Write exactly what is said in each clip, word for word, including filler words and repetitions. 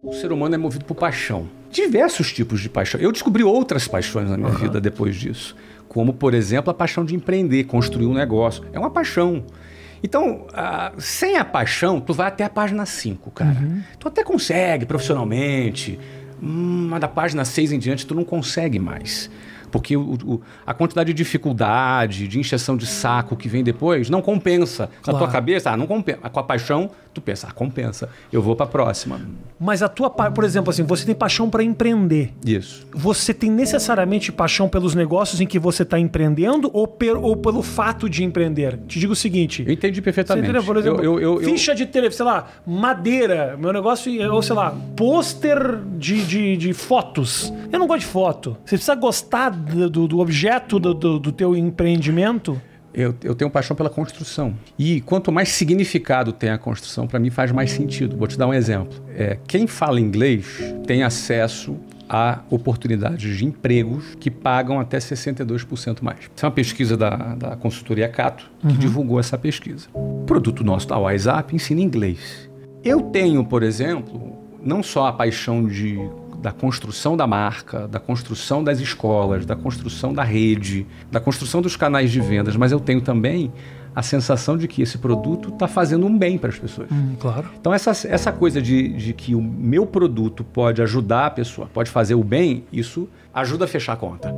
O ser humano é movido por paixão. Diversos tipos de paixão. Eu descobri outras paixões na minha uhum. vida depois disso. Como, por exemplo, a paixão de empreender, construir um negócio. É uma paixão. Então, uh, sem a paixão, tu vai até a página cinco, cara. Uhum. Tu até consegue profissionalmente, hum, mas da página seis em diante tu não consegue mais. Porque o, o, a quantidade de dificuldade, de encheção de saco que vem depois, não compensa. Claro. Na tua cabeça, ah, não compensa. Com a paixão, tu pensa, ah, compensa. Eu vou pra próxima. Mas a tua, por exemplo, assim, você tem paixão para empreender. Isso. Você tem necessariamente paixão pelos negócios em que você está empreendendo ou, per, ou pelo fato de empreender? Te digo o seguinte. Eu entendi perfeitamente. Você entendeu? Por exemplo, eu, eu, eu, ficha eu... de telefone, sei lá, madeira, meu negócio, ou sei lá, pôster de, de, de fotos. Eu não gosto de foto. Você precisa gostar do, do objeto do, do, do teu empreendimento. Eu, eu tenho paixão pela construção. E quanto mais significado tem a construção, para mim faz mais sentido. Vou te dar um exemplo. É, quem fala inglês tem acesso a oportunidades de empregos que pagam até sessenta e dois por cento mais. Essa é uma pesquisa da, da consultoria Cato, que uhum. divulgou essa pesquisa. O produto nosso da WhatsApp ensina inglês. Eu tenho, por exemplo, não só a paixão de... da construção da marca, da construção das escolas, da construção da rede, da construção dos canais de vendas, mas eu tenho também a sensação de que esse produto está fazendo um bem para as pessoas. Hum, claro. Então essa, essa coisa de, de que o meu produto pode ajudar a pessoa, pode fazer o bem, isso ajuda a fechar a conta.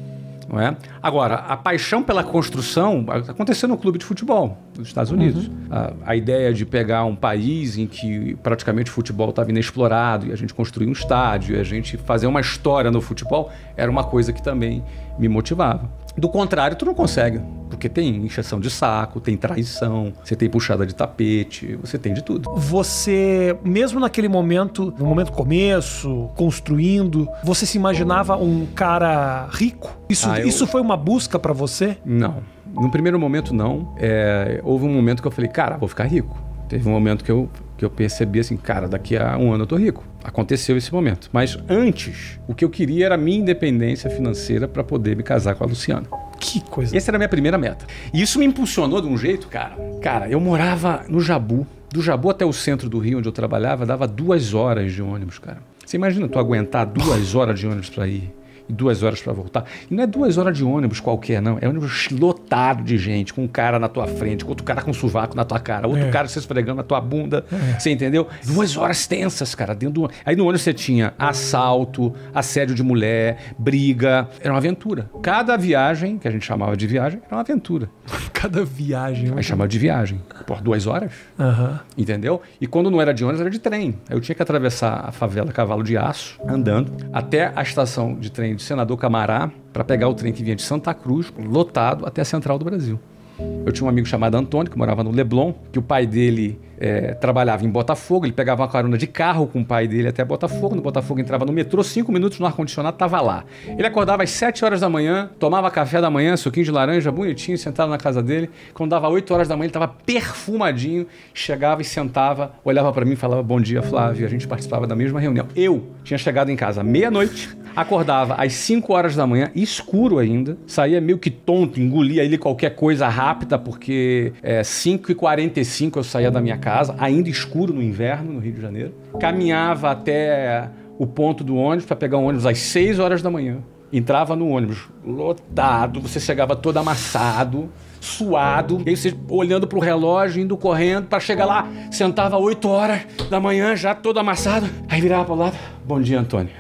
Não é? Agora, a paixão pela construção aconteceu no clube de futebol dos Estados Unidos. Uhum. A, a ideia de pegar um país em que praticamente o futebol estava inexplorado e a gente construir um estádio e a gente fazer uma história no futebol era uma coisa que também me motivava. Do contrário, tu não consegue, porque tem encheção de saco, tem traição, você tem puxada de tapete, você tem de tudo. Você, mesmo naquele momento, no momento começo, construindo, você se imaginava um cara rico? Isso, ah, eu... isso foi uma busca pra você? Não. No primeiro momento, não. É, houve um momento que eu falei, cara, vou ficar rico. Teve um momento que eu, que eu percebi assim, cara, daqui a um ano eu tô rico. Aconteceu esse momento. Mas antes, o que eu queria era a minha independência financeira para poder me casar com a Luciana. Que coisa. Essa era a minha primeira meta. E isso me impulsionou de um jeito, cara. Cara, eu morava no Jabu. Do Jabu até o centro do Rio, onde eu trabalhava, dava duas horas de ônibus, cara. Você imagina tu aguentar duas horas de ônibus para ir? E duas horas para voltar. E não é duas horas de ônibus qualquer, não. É ônibus lotado de gente, com um cara na tua frente, com outro cara com um sovaco na tua cara, outro é. cara se esfregando na tua bunda. É. Você entendeu? Duas horas tensas, cara, dentro do... Aí no ônibus você tinha assalto, assédio de mulher, briga. Era uma aventura. Cada viagem, que a gente chamava de viagem, era uma aventura. Cada viagem. A gente chamava de viagem. Por duas horas. Uhum. Entendeu? E quando não era de ônibus, era de trem. Eu tinha que atravessar a favela Cavalo de Aço, andando, até a estação de trem de Senador Camará, para pegar o trem que vinha de Santa Cruz, lotado, até a Central do Brasil. Eu tinha um amigo chamado Antônio, que morava no Leblon, que o pai dele é, trabalhava em Botafogo, ele pegava uma carona de carro com o pai dele até Botafogo, no Botafogo entrava no metrô, cinco minutos no ar-condicionado, estava lá. Ele acordava às sete horas da manhã, tomava café da manhã, suquinho de laranja, bonitinho, sentado na casa dele. Quando dava oito horas da manhã, ele estava perfumadinho, chegava e sentava, olhava para mim e falava, bom dia, Flávio, e a gente participava da mesma reunião. Eu tinha chegado em casa meia-noite, acordava às cinco horas da manhã, escuro ainda, saía meio que tonto, engolia ali qualquer coisa rápida, porque é, cinco e quarenta e cinco eu saía da minha casa, ainda escuro no inverno, no Rio de Janeiro. Caminhava até o ponto do ônibus para pegar um ônibus às seis horas da manhã. Entrava no ônibus lotado, você chegava todo amassado, suado, e aí você olhando pro relógio, indo correndo para chegar lá, sentava às oito horas da manhã, já todo amassado, aí virava para o lado, bom dia, Antônio.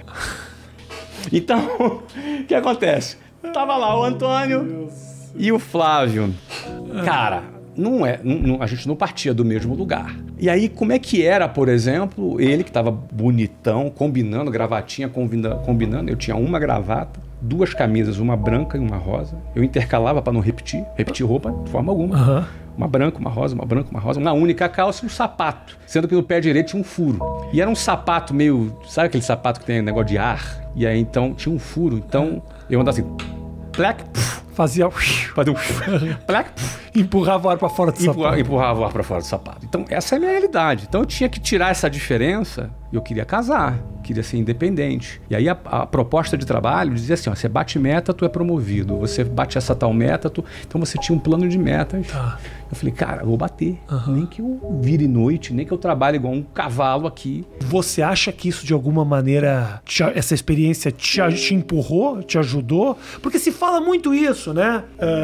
Então, o que acontece? Tava lá o Antônio e o Flávio. Cara, não é, não, a gente não partia do mesmo lugar. E aí, como é que era, por exemplo, ele que tava bonitão, combinando, gravatinha, combina, combinando. Eu tinha uma gravata, duas camisas, uma branca e uma rosa. Eu intercalava para não repetir, repetir roupa de forma alguma. Uhum. Uma branca, uma rosa, uma branca, uma rosa, uma única calça e um sapato. Sendo que no pé direito tinha um furo. E era um sapato meio... Sabe aquele sapato que tem negócio de ar? E aí, então, tinha um furo. Então, eu andava assim... Plec, puf, fazia... Fazia um... Plec, puf, empurrava o ar para fora do empurra, sapato. Empurrava o ar para fora do sapato. Então, essa é a minha realidade. Então, eu tinha que tirar essa diferença Eu queria casar, queria ser independente. E aí a, a proposta de trabalho dizia assim, ó, você bate meta, tu é promovido. Você bate essa tal meta, tu... Então você tinha um plano de metas. Tá. Eu falei, cara, eu vou bater. Uhum. Nem que eu vire noite, nem que eu trabalhe igual um cavalo aqui. Você acha que isso de alguma maneira, te, essa experiência te, te empurrou, te ajudou? Porque se fala muito isso, né?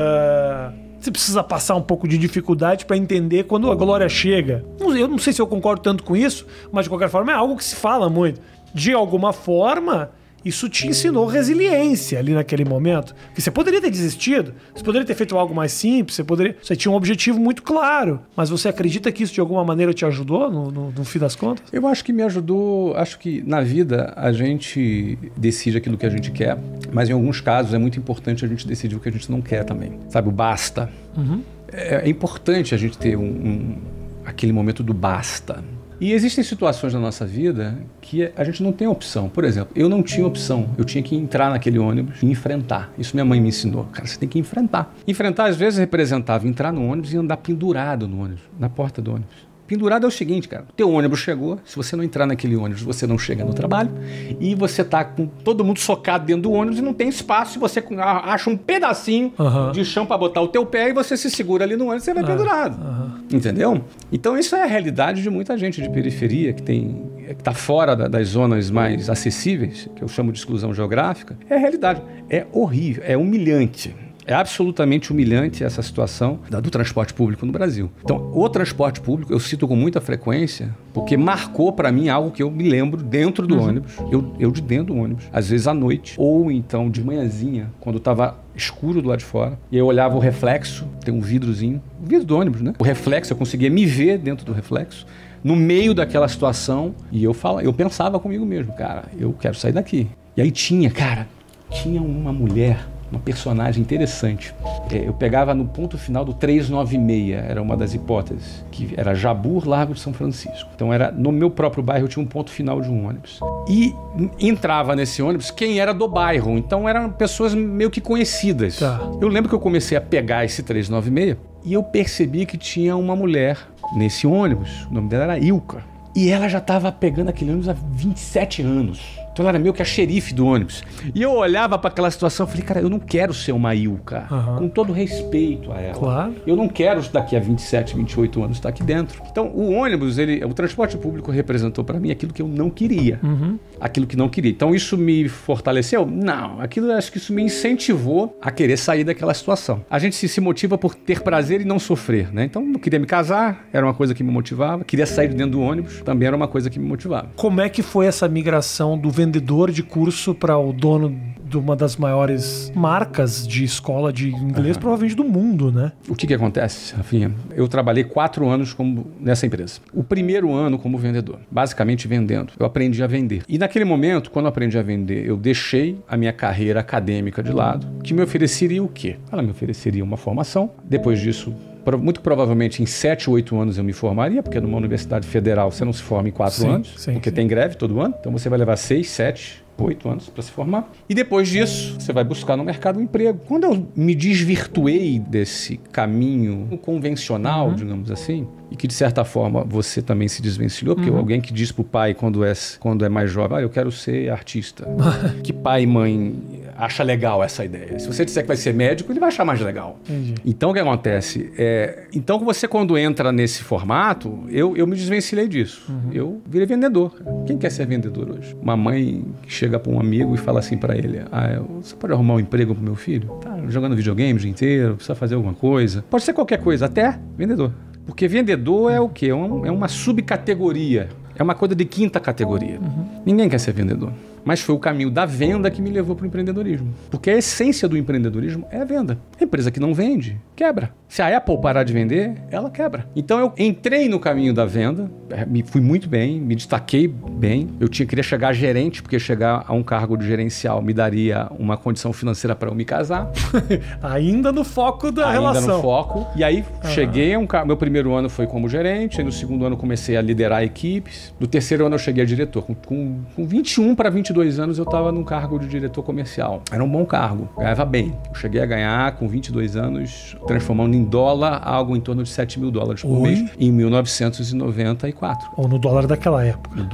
Uh... Você precisa passar um pouco de dificuldade para entender quando a glória chega. Eu não sei se eu concordo tanto com isso, mas de qualquer forma é algo que se fala muito. De alguma forma, isso te ensinou resiliência ali naquele momento. Porque você poderia ter desistido, você poderia ter feito algo mais simples, você, poderia, você tinha um objetivo muito claro. Mas você acredita que isso de alguma maneira te ajudou no, no, no fim das contas? Eu acho que me ajudou. Acho que na vida a gente decide aquilo que a gente quer, mas em alguns casos é muito importante a gente decidir o que a gente não quer também. Sabe, o basta. Uhum. É, é importante a gente ter um, um, aquele momento do basta. E existem situações na nossa vida que a gente não tem opção. Por exemplo, eu não tinha opção. Eu tinha que entrar naquele ônibus e enfrentar. Isso minha mãe me ensinou. Cara, você tem que enfrentar. Enfrentar, às vezes, representava entrar no ônibus e andar pendurado no ônibus, na porta do ônibus. Pendurado é o seguinte, cara. O teu ônibus chegou, se você não entrar naquele ônibus, você não chega no trabalho e você tá com todo mundo socado dentro do ônibus e não tem espaço e você acha um pedacinho uhum. de chão para botar o teu pé e você se segura ali no ônibus e você vai uhum. pendurado. Uhum. Entendeu? Então isso é a realidade de muita gente de periferia que tem, que tá fora da, das zonas mais acessíveis, que eu chamo de exclusão geográfica. É a realidade. É horrível, é humilhante. É absolutamente humilhante essa situação do transporte público no Brasil. Então, o transporte público eu cito com muita frequência porque marcou para mim algo que eu me lembro dentro do uhum. ônibus. Eu, eu de dentro do ônibus. Às vezes à noite ou então de manhãzinha, quando estava escuro do lado de fora. E eu olhava o reflexo, tem um vidrozinho, o vidro do ônibus, né? O reflexo, eu conseguia me ver dentro do reflexo, no meio daquela situação. E eu, fala, eu pensava comigo mesmo, cara, eu quero sair daqui. E aí tinha, cara, tinha uma mulher... uma personagem interessante. É, eu pegava no ponto final do trezentos e noventa e seis, era uma das hipóteses, que era Jabur, Largo de São Francisco. Então, era no meu próprio bairro, eu tinha um ponto final de um ônibus. E entrava nesse ônibus quem era do bairro. Então, eram pessoas meio que conhecidas. Tá. Eu lembro que eu comecei a pegar esse trezentos e noventa e seis e eu percebi que tinha uma mulher nesse ônibus. O nome dela era Ilka. E ela já estava pegando aquele ônibus há vinte e sete anos. Então ela era meio que a xerife do ônibus. E eu olhava para aquela situação e falei, cara, eu não quero ser uma Ilka. Uhum. Com todo respeito a ela. Claro. Eu não quero daqui a vinte e sete, vinte e oito anos estar aqui dentro. Então o ônibus, ele, o transporte público representou para mim aquilo que eu não queria. Uhum. Aquilo que não queria. Então isso me fortaleceu? Não. Aquilo, acho que isso me incentivou a querer sair daquela situação. A gente se, se motiva por ter prazer e não sofrer, né? Então eu queria me casar, era uma coisa que me motivava. Queria sair de dentro do ônibus, também era uma coisa que me motivava. Como é que foi essa migração do vendedor de curso para o dono de uma das maiores marcas de escola de inglês, uhum. provavelmente do mundo, né? O que que acontece, Rafinha? Eu trabalhei quatro anos como, nessa empresa. O primeiro ano como vendedor, basicamente vendendo. Eu aprendi a vender. E naquele momento, quando eu aprendi a vender, eu deixei a minha carreira acadêmica de lado, que me ofereceria o quê? Ela me ofereceria uma formação. Depois disso, muito provavelmente em sete, oito anos eu me formaria, porque numa universidade federal você não se forma em quatro sim, anos, sim, porque sim. tem greve todo ano. Então você vai levar seis, sete, oito anos para se formar. E depois disso, você vai buscar no mercado um emprego. Quando eu me desvirtuei desse caminho convencional, uhum. digamos assim, e que de certa forma você também se desvencilhou, porque uhum. alguém que diz pro pai quando é, quando é mais jovem, ah, eu quero ser artista. Que pai e mãe acha legal essa ideia? Se você disser que vai ser médico, ele vai achar mais legal. Entendi. Então o que acontece? É, então você quando entra nesse formato, eu, eu me desvencilhei disso. Uhum. Eu virei vendedor. Quem quer ser vendedor hoje? Uma mãe que chega para um amigo e fala assim para ele, ah, você pode arrumar um emprego pro meu filho? Tá jogando videogame o dia inteiro, precisa fazer alguma coisa. Pode ser qualquer coisa, até vendedor. Porque vendedor é o quê? É uma, é uma subcategoria. É uma coisa de quinta categoria. Uhum. Ninguém quer ser vendedor. Mas foi o caminho da venda que me levou para o empreendedorismo. Porque a essência do empreendedorismo é a venda. A empresa que não vende, quebra. Se a Apple parar de vender, ela quebra. Então eu entrei no caminho da venda, me fui muito bem, me destaquei bem. Eu tinha, queria chegar a gerente, porque chegar a um cargo de gerencial me daria uma condição financeira para eu me casar. Ainda no foco da Ainda relação. Ainda no foco. E aí ah. cheguei, a um, meu primeiro ano foi como gerente, aí no segundo ano comecei a liderar equipes. No terceiro ano eu cheguei a diretor. Com, com, com vinte e um para vinte e dois anos eu estava num cargo de diretor comercial. Era um bom cargo, ganhava bem. Eu cheguei a ganhar com vinte e dois anos, transformando em dólar algo em torno de sete mil dólares por Oi? mês em mil novecentos e noventa e quatro. Ou no dólar daquela época. No dólar,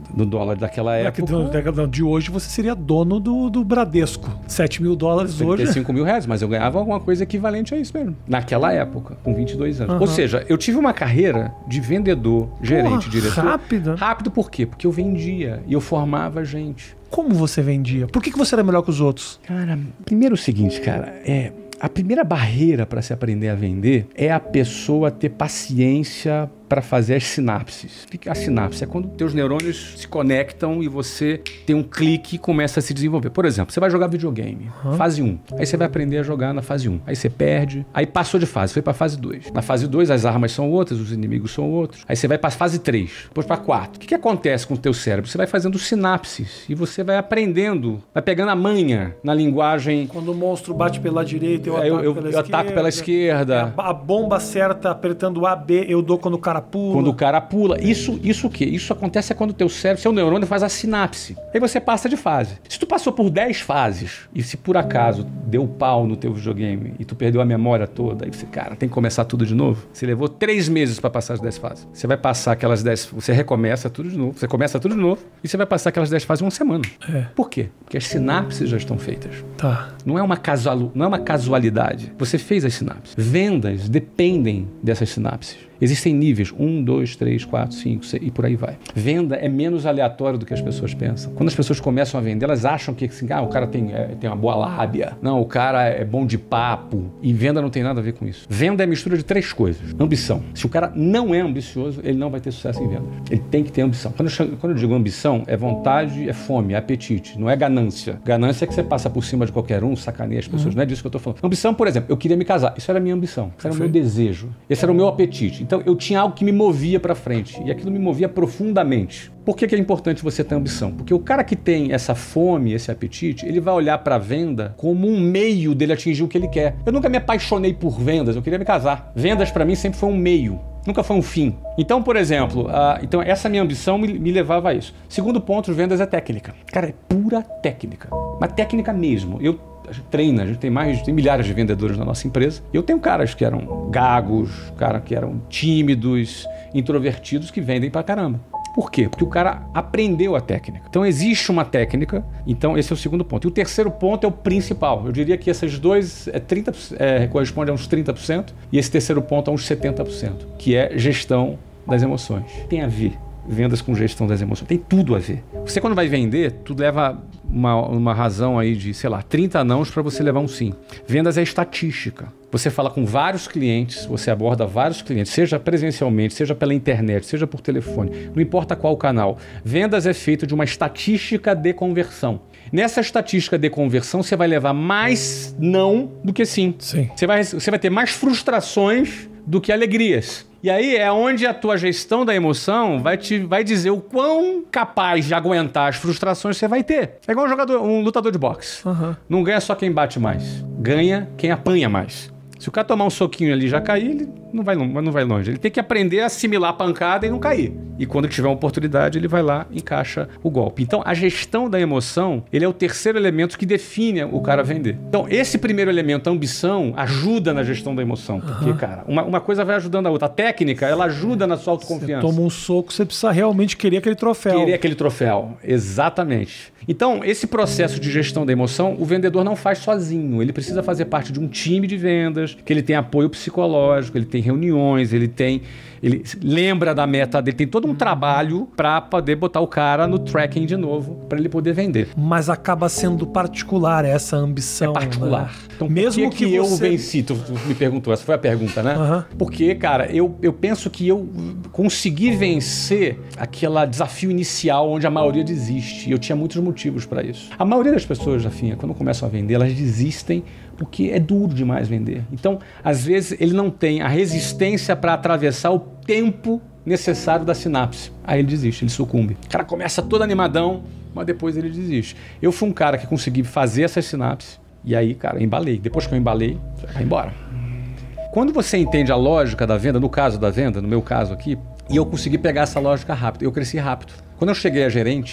do dólar daquela época. De, de hoje você seria dono do, do Bradesco. sete mil dólares hoje. cinco mil reais, mas eu ganhava alguma coisa equivalente a isso mesmo. Naquela época, com vinte e dois anos. Uhum. Ou seja, eu tive uma carreira de vendedor, gerente, Porra, diretor. Rápido. Rápido por quê? Porque eu vendia e eu formava gente. Como você vendia? Por que, que você era melhor que os outros? Cara, primeiro o seguinte, cara, é... A primeira barreira para se aprender a vender é a pessoa ter paciência para fazer as sinapses. A sinapse é quando teus neurônios se conectam e você tem um clique e começa a se desenvolver. Por exemplo, você vai jogar videogame, uhum. fase um. Aí você vai aprender a jogar na fase um. Aí você perde. Aí passou de fase, foi para fase dois. Na fase dois, as armas são outras, os inimigos são outros. Aí você vai para fase três, depois para quatro. O que, que acontece com o teu cérebro? Você vai fazendo sinapses e você vai aprendendo, vai pegando a manha na linguagem. Quando o monstro bate pela direita, eu, é, ataco, eu, pela eu esquerda, ataco pela esquerda. A, a bomba certa apertando A, B, eu dou quando o cara pula. Quando o cara pula. Isso, isso o quê? Isso acontece quando o teu cérebro, seu neurônio faz a sinapse. Aí você passa de fase. Se tu passou por dez fases e se por acaso deu pau no teu videogame e tu perdeu a memória toda, aí você, cara, tem que começar tudo de novo. Você levou três meses para passar as dez fases. Você vai passar aquelas dez... Você recomeça tudo de novo. Você começa tudo de novo e você vai passar aquelas dez fases em uma semana. É. Por quê? Porque as sinapses já estão feitas. Tá. Não é uma casual... não é uma casualidade. Você fez as sinapses. Vendas dependem dessas sinapses. Existem níveis, um, dois, três, quatro, cinco, seis e por aí vai. Venda é menos aleatório do que as pessoas pensam. Quando as pessoas começam a vender, elas acham que assim, ah, o cara tem, é, tem uma boa lábia. Não, o cara é bom de papo. E venda não tem nada a ver com isso. Venda é mistura de três coisas. Ambição. Se o cara não é ambicioso, ele não vai ter sucesso em vendas. Ele tem que ter ambição. Quando eu, quando eu digo ambição, é vontade, é fome, é apetite. Não é ganância. Ganância é que você passa por cima de qualquer um, sacaneia as pessoas. Uhum. Não é disso que eu tô falando. Ambição, por exemplo, eu queria me casar. Isso era a minha ambição. Isso era o meu desejo. Esse era o meu apetite. Então, eu tinha algo que me movia para frente. E aquilo me movia profundamente. Por que que é importante você ter ambição? Porque o cara que tem essa fome, esse apetite, ele vai olhar para a venda como um meio dele atingir o que ele quer. Eu nunca me apaixonei por vendas. Eu queria me casar. Vendas, para mim, sempre foi um meio. Nunca foi um fim. Então, por exemplo, uh, então essa minha ambição me, me levava a isso. Segundo ponto, vendas é técnica. Cara, é pura técnica. Mas técnica mesmo. Eu A gente treina, a gente tem mais, tem milhares de vendedores na nossa empresa. E eu tenho caras que eram gagos, caras que eram tímidos, introvertidos, que vendem pra caramba. Por quê? Porque o cara aprendeu a técnica. Então existe uma técnica, então esse é o segundo ponto. E o terceiro ponto é o principal. Eu diria que esses dois é trinta, é, correspondem a uns trinta por cento e esse terceiro ponto a uns setenta por cento, que é gestão das emoções. Tem a ver. Vendas com gestão das emoções. Tem tudo a ver. Você quando vai vender, tu leva uma, uma razão aí de, sei lá, trinta nãos para você levar um sim. Vendas é estatística. Você fala com vários clientes, você aborda vários clientes, seja presencialmente, seja pela internet, seja por telefone, não importa qual canal. Vendas é feito de uma estatística de conversão. Nessa estatística de conversão, você vai levar mais não do que sim. Sim. Você vai, você vai ter mais frustrações do que alegrias. E aí é onde a tua gestão da emoção vai te vai dizer o quão capaz de aguentar as frustrações você vai ter. É igual um jogador, um lutador de boxe. Uhum. Não ganha só quem bate mais, ganha quem apanha mais. Se o cara tomar um soquinho ali e já cair, ele não vai, não vai longe. Ele tem que aprender a assimilar a pancada e não cair. E quando tiver uma oportunidade, ele vai lá e encaixa o golpe. Então, a gestão da emoção, ele é o terceiro elemento que define o cara vender. Então, esse primeiro elemento, a ambição, ajuda na gestão da emoção. Porque, uhum. cara, uma, uma coisa vai ajudando a outra. A técnica, ela ajuda na sua autoconfiança. Você toma um soco, você precisa realmente querer aquele troféu. Querer aquele troféu, exatamente. Então, esse processo de gestão da emoção, o vendedor não faz sozinho. Ele precisa fazer parte de um time de vendas, que ele tem apoio psicológico, ele tem reuniões, ele tem... Ele lembra da meta dele, tem todo um trabalho para poder botar o cara no tracking de novo, para ele poder vender. Mas acaba sendo particular essa ambição. É particular. Né? Então, mesmo por que, que, que você... eu venci? Tu, tu me perguntou, essa foi a pergunta, né? Uhum. Porque, cara, eu, eu penso que eu consegui vencer aquele desafio inicial onde a maioria desiste. E eu tinha muitos motivos para isso. A maioria das pessoas, Rafinha, quando começam a vender, elas desistem porque é duro demais vender. Então, às vezes, ele não tem a resistência para atravessar o tempo necessário da sinapse. Aí ele desiste, ele sucumbe. O cara começa todo animadão, mas depois ele desiste. Eu fui um cara que consegui fazer essas sinapses e aí, cara, embalei. Depois que eu embalei, vai embora. Quando você entende a lógica da venda, no caso da venda, no meu caso aqui, e eu consegui pegar essa lógica rápido, eu cresci rápido. Quando eu cheguei a gerente,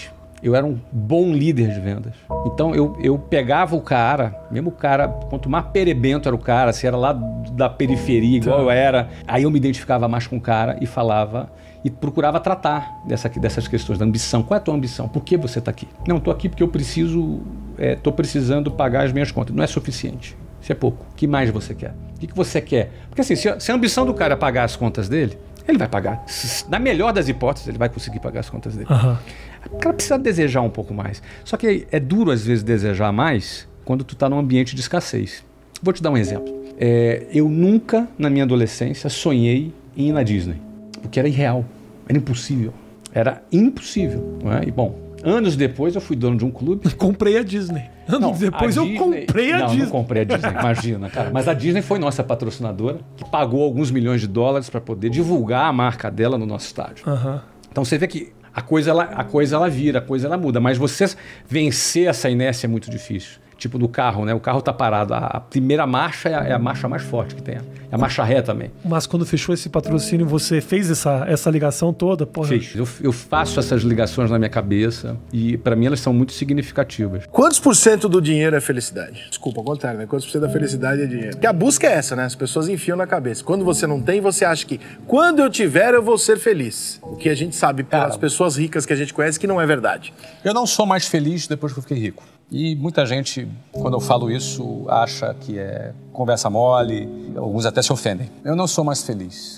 eu era um bom líder de vendas. Então eu, eu pegava o cara, mesmo o cara, quanto mais perebento era o cara, se era lá da periferia, igual eu era, aí eu me identificava mais com o cara e falava e procurava tratar dessa, dessas questões da ambição. Qual é a tua ambição? Por que você está aqui? Não, estou aqui porque eu preciso, estou é, precisando pagar as minhas contas. Não é suficiente. Isso é pouco. O que mais você quer? O que, que você quer? Porque assim, se a, se a ambição do cara é pagar as contas dele, ele vai pagar. Na melhor das hipóteses, ele vai conseguir pagar as contas dele. Uhum. O cara precisa desejar um pouco mais. Só que é duro, às vezes, desejar mais quando tu está num ambiente de escassez. Vou te dar um exemplo. É, eu nunca, na minha adolescência, sonhei em ir na Disney. Porque era irreal. Era impossível. Era impossível. Não é? E, bom, anos depois eu fui dono de um clube. Comprei a Disney. Anos não, depois eu Disney... comprei a não, Disney. Não, não comprei a Disney, imagina, cara. Mas a Disney foi nossa patrocinadora, que pagou alguns milhões de dólares para poder divulgar a marca dela no nosso estádio. Uhum. Então você vê que a coisa, ela, a coisa ela vira, a coisa ela muda. Mas você vencer essa inércia é muito difícil. Tipo do carro, né? O carro tá parado. A, a primeira marcha é a, é a marcha mais forte que tem. É a marcha ré também. Mas quando fechou esse patrocínio, você fez essa, essa ligação toda? Porra. Fiz. Eu, eu faço essas ligações na minha cabeça e para mim elas são muito significativas. Quantos por cento do dinheiro é felicidade? Desculpa, ao contrário, né? Quantos por cento da felicidade é dinheiro? Porque a busca é essa, né? As pessoas enfiam na cabeça. Quando você não tem, você acha que quando eu tiver, eu vou ser feliz. O que a gente sabe pelas Cara, pessoas ricas que a gente conhece que não é verdade. Eu não sou mais feliz depois que eu fiquei rico. E muita gente, quando eu falo isso, acha que é conversa mole, alguns até se ofendem. Eu não sou mais feliz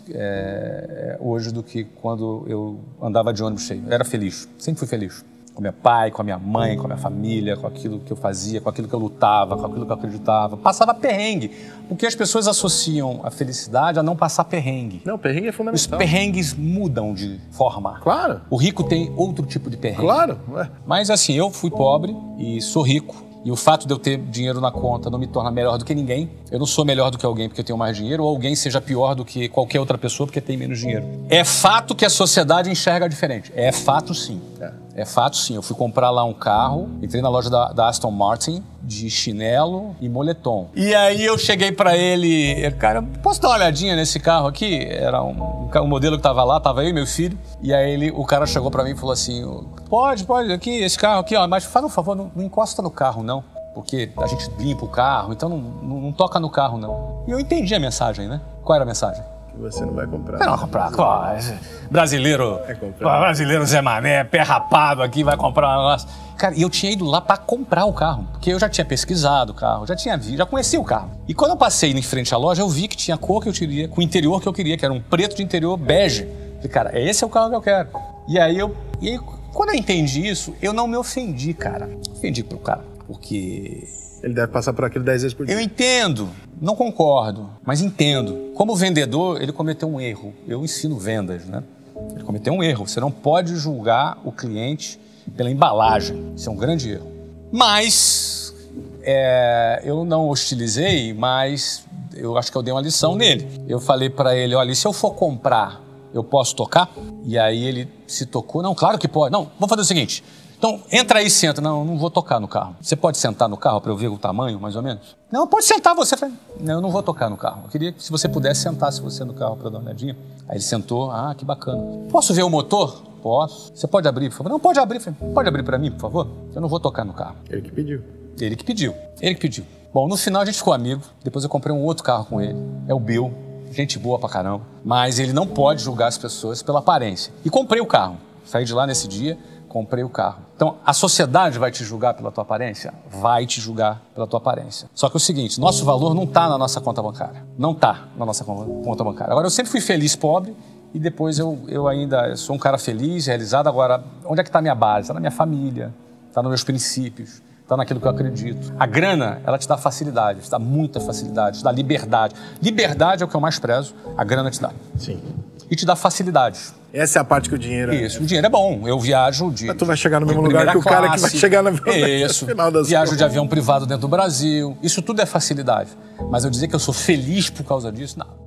é, hoje do que quando eu andava de ônibus cheio. Eu era feliz, sempre fui feliz. Com meu pai, com a minha mãe, com a minha família, com aquilo que eu fazia, com aquilo que eu lutava, com aquilo que eu acreditava. Passava perrengue, porque as pessoas associam a felicidade a não passar perrengue. Não, perrengue é fundamental. Os perrengues mudam de forma. Claro. O rico tem outro tipo de perrengue. Claro. Ué. Mas assim, eu fui pobre e sou rico. E o fato de eu ter dinheiro na conta não me torna melhor do que ninguém. Eu não sou melhor do que alguém porque eu tenho mais dinheiro, ou alguém seja pior do que qualquer outra pessoa porque tem menos dinheiro. É fato que a sociedade enxerga diferente. É fato, sim. É, é fato, sim. Eu fui comprar lá um carro, entrei na loja da, da Aston Martin, de chinelo e moletom. E aí eu cheguei pra ele, cara, posso dar uma olhadinha nesse carro aqui? Era um, um modelo que tava lá, tava eu e meu filho. E aí ele, o cara chegou pra mim e falou assim, pode, pode, aqui, esse carro aqui, ó, mas faz um favor, não, não encosta no carro, não. Porque a gente limpa o carro, então não, não, não toca no carro, não. E eu entendi a mensagem, né? Qual era a mensagem? Que você não vai comprar. Você não vai comprar. Pô, brasileiro, vai comprar. brasileiro Zé Mané, pé rapado aqui, vai comprar um negócio. Cara, e eu tinha ido lá para comprar o carro, porque eu já tinha pesquisado o carro, já tinha visto, já conhecia o carro. E quando eu passei em frente à loja, eu vi que tinha a cor que eu queria, com o interior que eu queria, que era um preto de interior bege. Falei, cara, esse é o carro que eu quero. E aí, eu, e aí quando eu entendi isso, eu não me ofendi, cara. Ofendi pro cara, porque... Ele deve passar por aquilo dez vezes por dia. Eu entendo, não concordo, mas entendo. Como vendedor, ele cometeu um erro. Eu ensino vendas, né? Ele cometeu um erro. Você não pode julgar o cliente pela embalagem. Isso é um grande erro. Mas é, eu não hostilizei, mas eu acho que eu dei uma lição nele. Eu falei para ele, olha, e se eu for comprar, eu posso tocar? E aí ele se tocou. Não, claro que pode. Não, vamos fazer o seguinte. Então, entra aí e senta. Não, não vou tocar no carro. Você pode sentar no carro para eu ver o tamanho, mais ou menos? Não, pode sentar você. Não, eu não vou tocar no carro. Eu queria que se você pudesse sentar se você no carro para dar uma olhadinha. Aí ele sentou. Ah, que bacana. Posso ver o motor? Posso. Você pode abrir, por favor? Não, pode abrir. Pode abrir para mim, por favor? Eu não vou tocar no carro. Ele que pediu. Ele que pediu. Ele que pediu. Bom, no final a gente ficou amigo. Depois eu comprei um outro carro com ele. É o Bill. Gente boa pra caramba. Mas ele não pode julgar as pessoas pela aparência. E comprei o carro. Saí de lá nesse dia. Comprei o carro. Então, a sociedade vai te julgar pela tua aparência? Vai te julgar pela tua aparência. Só que é o seguinte, nosso valor não está na nossa conta bancária. Não está na nossa conta bancária. Agora, eu sempre fui feliz pobre e depois eu, eu ainda eu sou um cara feliz, realizado. Agora, onde é que está a minha base? Está na minha família, está nos meus princípios, está naquilo que eu acredito. A grana, ela te dá facilidade, te dá muita facilidade, te dá liberdade. Liberdade é o que eu mais prezo, a grana te dá. Sim. E te dá facilidades. Essa é a parte que o dinheiro... Isso, é... o dinheiro é bom. Eu viajo de... Mas tu vai chegar no mesmo lugar que o cara que vai chegar na... Isso, final das viajo contas. de avião privado dentro do Brasil. Isso tudo é facilidade. Mas eu dizer que eu sou feliz por causa disso, não.